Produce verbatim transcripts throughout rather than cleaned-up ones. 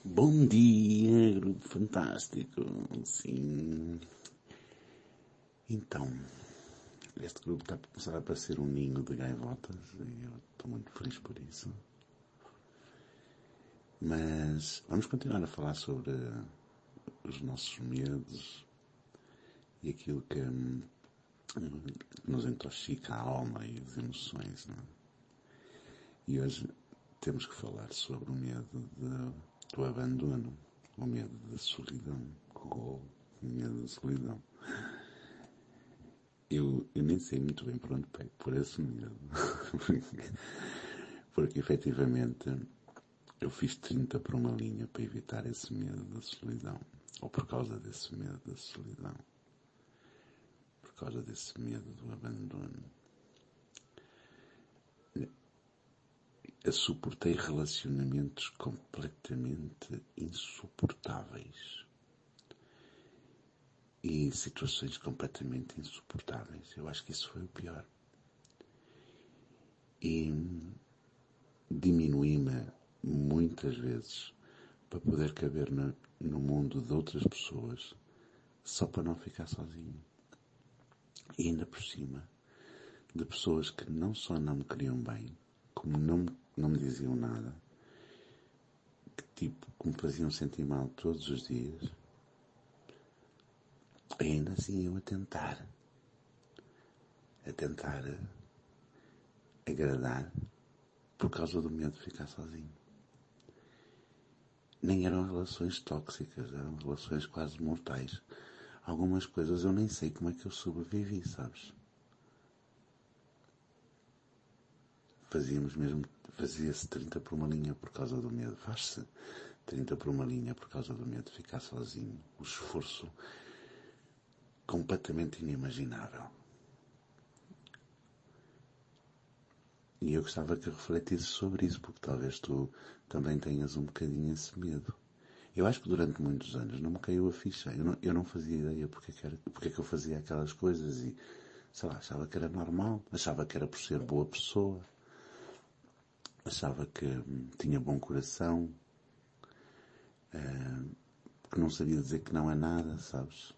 Bom dia, grupo fantástico. Sim. Então, este grupo está a começar a parecer um ninho de gaivotas e eu estou muito feliz por isso. Mas vamos continuar a falar sobre os nossos medos e aquilo que hum, nos intoxica a alma e as emoções, não é? E hoje temos que falar sobre o medo de, do abandono, o medo da solidão, o medo da solidão. Eu, eu nem sei muito bem por onde pego por esse medo. Porque efetivamente eu fiz trinta por uma linha para evitar esse medo da solidão. Ou por causa desse medo da solidão. Por causa desse medo do abandono. Eu suportei relacionamentos completamente insuportáveis. E situações completamente insuportáveis. Eu acho que isso foi o pior. E diminuí-me muitas vezes para poder caber no, no mundo de outras pessoas, só para não ficar sozinho. E ainda por cima, de pessoas que não só não me queriam bem, como não, não me diziam nada, que tipo, que me faziam sentir mal todos os dias, e ainda assim eu a tentar, a tentar agradar, por causa do medo de ficar sozinho. Nem eram relações tóxicas, eram relações quase mortais. Algumas coisas eu nem sei como é que eu sobrevivi, sabes? Fazíamos mesmo, fazia-se trinta por uma linha por causa do medo. Faz-se trinta por uma linha por causa do medo de ficar sozinho. O esforço completamente inimaginável. E eu gostava que refletisses sobre isso, porque talvez tu também tenhas um bocadinho esse medo. Eu acho que durante muitos anos não me caiu a ficha. Eu não, eu não fazia ideia porque é, que era, porque é que eu fazia aquelas coisas e, sei lá, achava que era normal. Achava que era por ser boa pessoa. Achava que hum, tinha bom coração. Uh, que não sabia dizer que não é nada, sabes?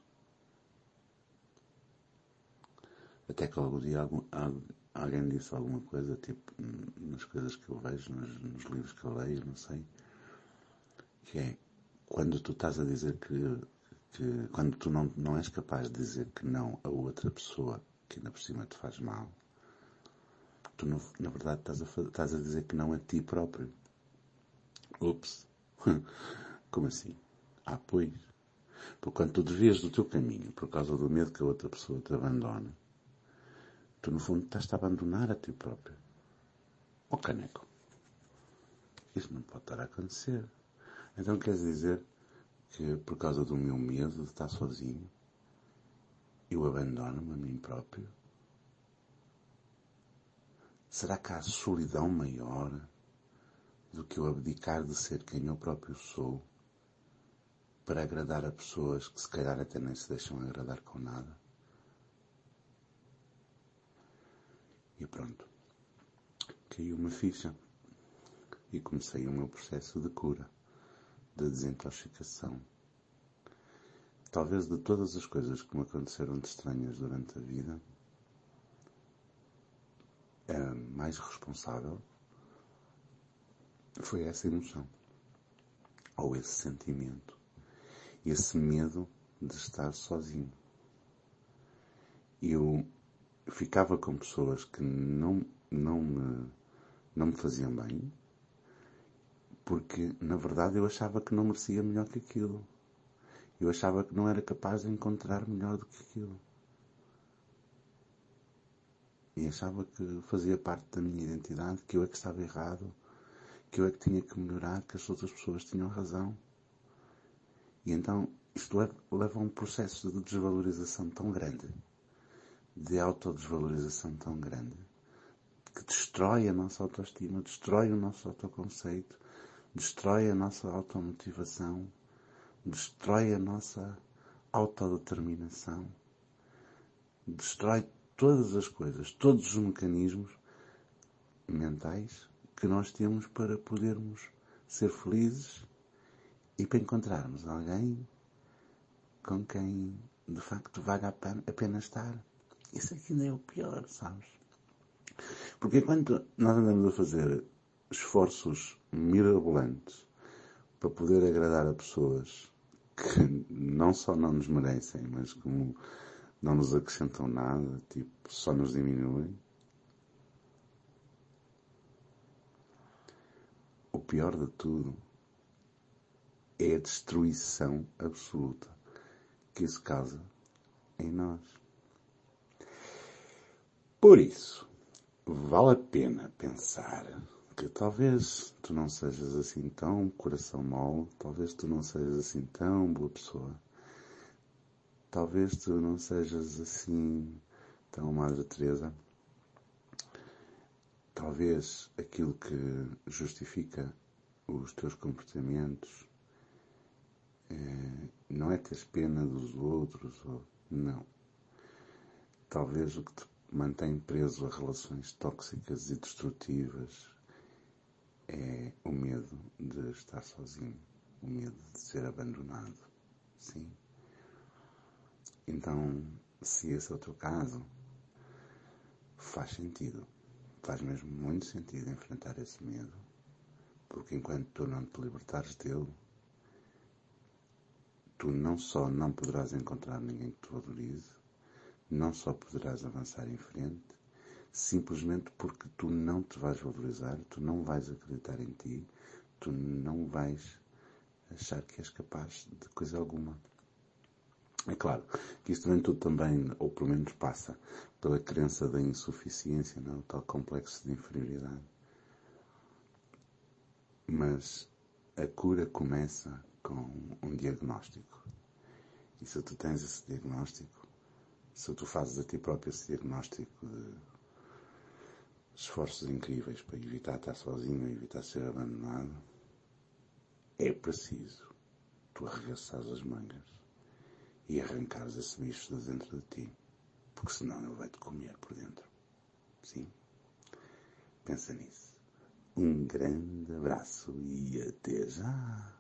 Até que algum dia algum, alguém disse alguma coisa, tipo, nas coisas que eu vejo, nos, nos livros que eu leio, não sei, que é, quando tu estás a dizer que, que quando tu não, não és capaz de dizer que não a outra pessoa, que ainda por cima te faz mal, tu no, na verdade estás a, estás a dizer que não a ti próprio. Ups. Como assim? Ah, pois. Porque quando tu desvias do teu caminho por causa do medo que a outra pessoa te abandone, tu no fundo estás a abandonar a ti próprio. Ó caneco. Isso não pode estar a acontecer. Então queres dizer que por causa do meu medo de estar sozinho, eu abandono-me a mim próprio? Será que há solidão maior do que eu abdicar de ser quem eu próprio sou para agradar a pessoas que se calhar até nem se deixam agradar com nada? E pronto. Caiu uma ficha. E comecei o meu processo de cura, de desintoxicação. Talvez de todas as coisas que me aconteceram de estranhas durante a vida, a mais responsável foi essa emoção, ou esse sentimento, esse medo de estar sozinho. Eu ficava com pessoas que não, não, me, não me faziam bem, porque na verdade eu achava que não merecia melhor que aquilo. Eu achava que não era capaz de encontrar melhor do que aquilo. E achava que fazia parte da minha identidade, que eu é que estava errado, que eu é que tinha que melhorar, que as outras pessoas tinham razão. E então isto leva a um processo de desvalorização tão grande, de autodesvalorização tão grande, que destrói a nossa autoestima, destrói o nosso autoconceito, destrói a nossa automotivação, destrói a nossa autodeterminação, destrói todas as coisas, todos os mecanismos mentais que nós temos para podermos ser felizes e para encontrarmos alguém com quem de facto vale a pena estar. Isso aqui ainda é o pior, sabes? Porque enquanto nós andamos a fazer esforços mirabolantes para poder agradar a pessoas que não só não nos merecem, mas como não nos acrescentam nada, tipo, só nos diminuem, o pior de tudo é a destruição absoluta que isso causa em nós. Por isso, vale a pena pensar que talvez tu não sejas assim tão coração mole, talvez tu não sejas assim tão boa pessoa, talvez tu não sejas assim tão Madre Teresa, talvez aquilo que justifica os teus comportamentos é, não é teres pena dos outros, ou, não. Talvez o que te mantém preso a relações tóxicas e destrutivas é o medo de estar sozinho, o medo de ser abandonado, sim. Então, se esse é o teu caso, faz sentido, faz mesmo muito sentido enfrentar esse medo, porque enquanto tu não te libertares dele, tu não só não poderás encontrar ninguém que te valorize, não só poderás avançar em frente, simplesmente porque tu não te vais valorizar, tu não vais acreditar em ti, tu não vais achar que és capaz de coisa alguma. É claro que isto vem tudo também, ou pelo menos passa, pela crença da insuficiência, não? O tal complexo de inferioridade. Mas a cura começa com um diagnóstico. E se tu tens esse diagnóstico, se tu fazes a ti próprio esse diagnóstico de esforços incríveis para evitar estar sozinho, evitar ser abandonado, é preciso tu arregaçares as mangas e arrancares esse bicho de dentro de ti, porque senão ele vai-te comer por dentro. Sim? Pensa nisso. Um grande abraço e até já!